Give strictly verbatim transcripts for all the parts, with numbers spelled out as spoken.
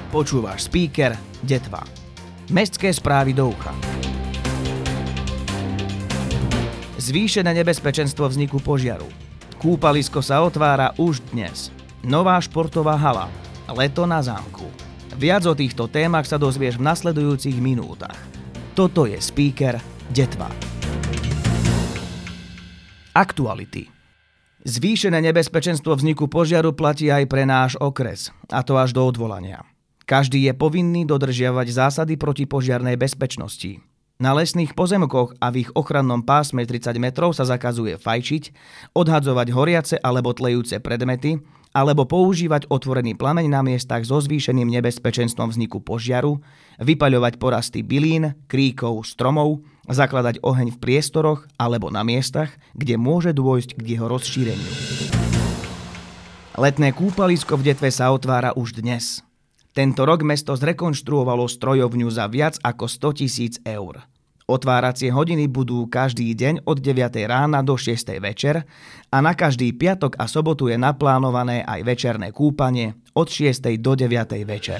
Počúvaš Speaker Detva. Mestské správy do ucha. Zvýšené nebezpečenstvo vzniku požiaru. Kúpalisko sa otvára už dnes. Nová športová hala. Leto na zámku. Viac o týchto témach sa dozvieš v nasledujúcich minútach. Toto je Speaker Detva. Aktuality. Zvýšené nebezpečenstvo vzniku požiaru platí aj pre náš okres, a to až do odvolania. Každý je povinný dodržiavať zásady protipožiarnej bezpečnosti. Na lesných pozemkoch a v ich ochrannom pásme tridsať metrov sa zakazuje fajčiť, odhadzovať horiace alebo tlejúce predmety, alebo používať otvorený plameň na miestach so zvýšeným nebezpečenstvom vzniku požiaru, vypaľovať porasty bylín, kríkov, stromov, zakladať oheň v priestoroch alebo na miestach, kde môže dôjsť k jeho rozšíreniu. Letné kúpalisko v Detve sa otvára už dnes. Tento rok mesto zrekonštruovalo strojovňu za viac ako stotisíc eur. Otváracie hodiny budú každý deň od deviatej rána do šiestej večer a na každý piatok a sobotu je naplánované aj večerné kúpanie od šiestej do deviatej večer.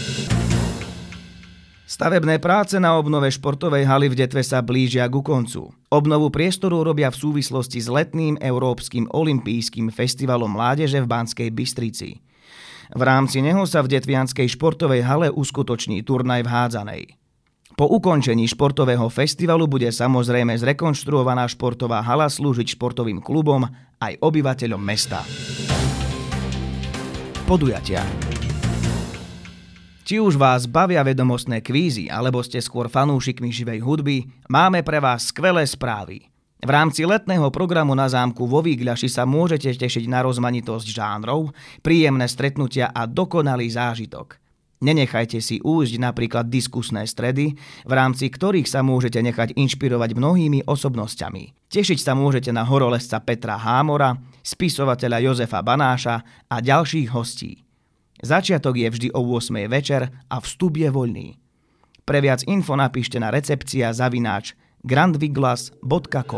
Stavebné práce na obnove športovej haly v Detve sa blížia ku koncu. Obnovu priestoru robia v súvislosti s letným Európskym olympijským festivalom mládeže v Banskej Bystrici. V rámci neho sa v detvianskej športovej hale uskutoční turnaj v hádzanej. Po ukončení športového festivalu bude samozrejme zrekonštruovaná športová hala slúžiť športovým klubom aj obyvateľom mesta. Podujatia. Či už vás bavia vedomostné kvízy, alebo ste skôr fanúšikmi živej hudby, máme pre vás skvelé správy. V rámci letného programu na zámku vo Vígľaši sa môžete tešiť na rozmanitosť žánrov, príjemné stretnutia a dokonalý zážitok. Nenechajte si újsť napríklad diskusné stredy, v rámci ktorých sa môžete nechať inšpirovať mnohými osobnosťami. Tešiť sa môžete na horolezca Petra Hámora, spisovateľa Jozefa Banáša a ďalších hostí. Začiatok je vždy o ôsmej večer a vstup je voľný. Pre viac info napíšte na recepcia zavináč grandviglas bodka com.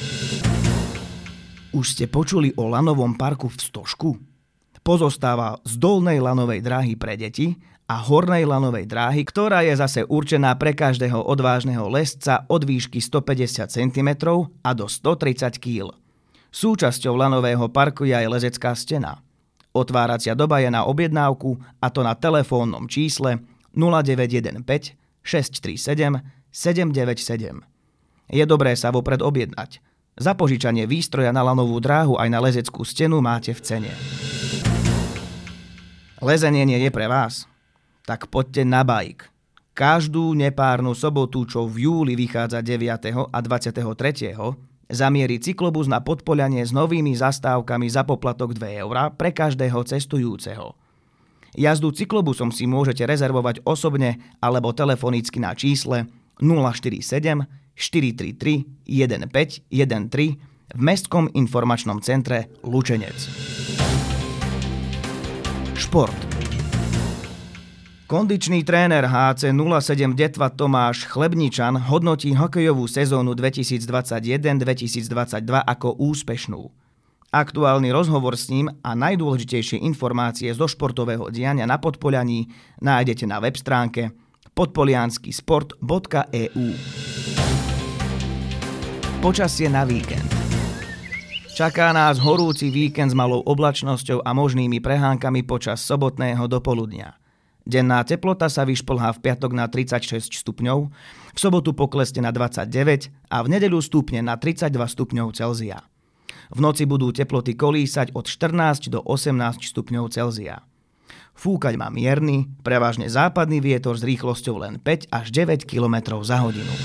Už ste počuli o lanovom parku v Stožku? Pozostáva z dolnej lanovej dráhy pre deti a hornej lanovej dráhy, ktorá je zase určená pre každého odvážneho lesca od výšky stopäťdesiat centimetrov a do stotridsať kilogramov. Súčasťou lanového parku je aj lezecká stena. Otváracia doba je na objednávku, a to na telefónnom čísle nula deväť jeden päť šesť tri sedem sedem deväť sedem. Je dobré sa vopred objednať. Za požičanie výstroja na lanovú dráhu aj na lezeckú stenu máte v cene. Lezenie nie je pre vás? Tak poďte na bajk. Každú nepárnu sobotu, čo v júli vychádza deviateho a dvadsiateho tretieho zamierí cyklobus na Podpoľanie s novými zastávkami za poplatok dve eurá pre každého cestujúceho. Jazdu cyklobusom si môžete rezervovať osobne alebo telefonicky na čísle nula štyri sedem štyri tri tri jeden päť jeden tri v Mestskom informačnom centre Lučenec. Šport. Kondičný tréner há cé nula sedem Detva Tomáš Chlebničan hodnotí hokejovú sezónu dvetisícdvadsaťjeden dvetisícdvadsaťdva ako úspešnú. Aktuálny rozhovor s ním a najdôležitejšie informácie zo športového diania na Podpoľaní nájdete na web stránke podpoliansky sport bodka é ú. Počasie na víkend. Čaká nás horúci víkend s malou oblačnosťou a možnými prehánkami počas sobotného dopoludnia. Denná teplota sa vyšplhá v piatok na tridsaťšesť stupňov, v sobotu poklesne na dvadsaťdeväť a v nedeľu stúpne na tridsaťdva stupňov Celzia. V noci budú teploty kolísať od štrnásť do osemnásť stupňov Celzia. Fúkať má mierny, prevažne západný vietor s rýchlosťou len päť až deväť kilometrov za hodinu.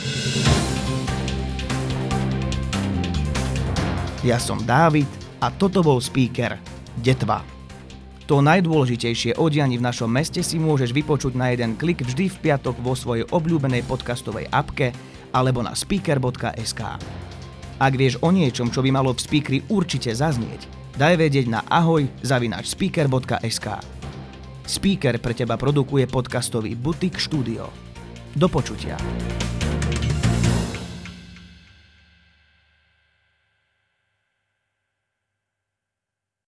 Ja som Dávid a toto bol Speaker Detva. To najdôležitejšie o dianí v našom meste si môžeš vypočuť na jeden klik vždy v piatok vo svojej obľúbenej podcastovej apke alebo na speaker bodka es ká. Ak vieš o niečom, čo by malo v speakeri určite zaznieť, daj vedieť na ahoj zavináč speaker bodka es ká. Speaker pre teba produkuje podcastový Butik štúdio. Do počutia.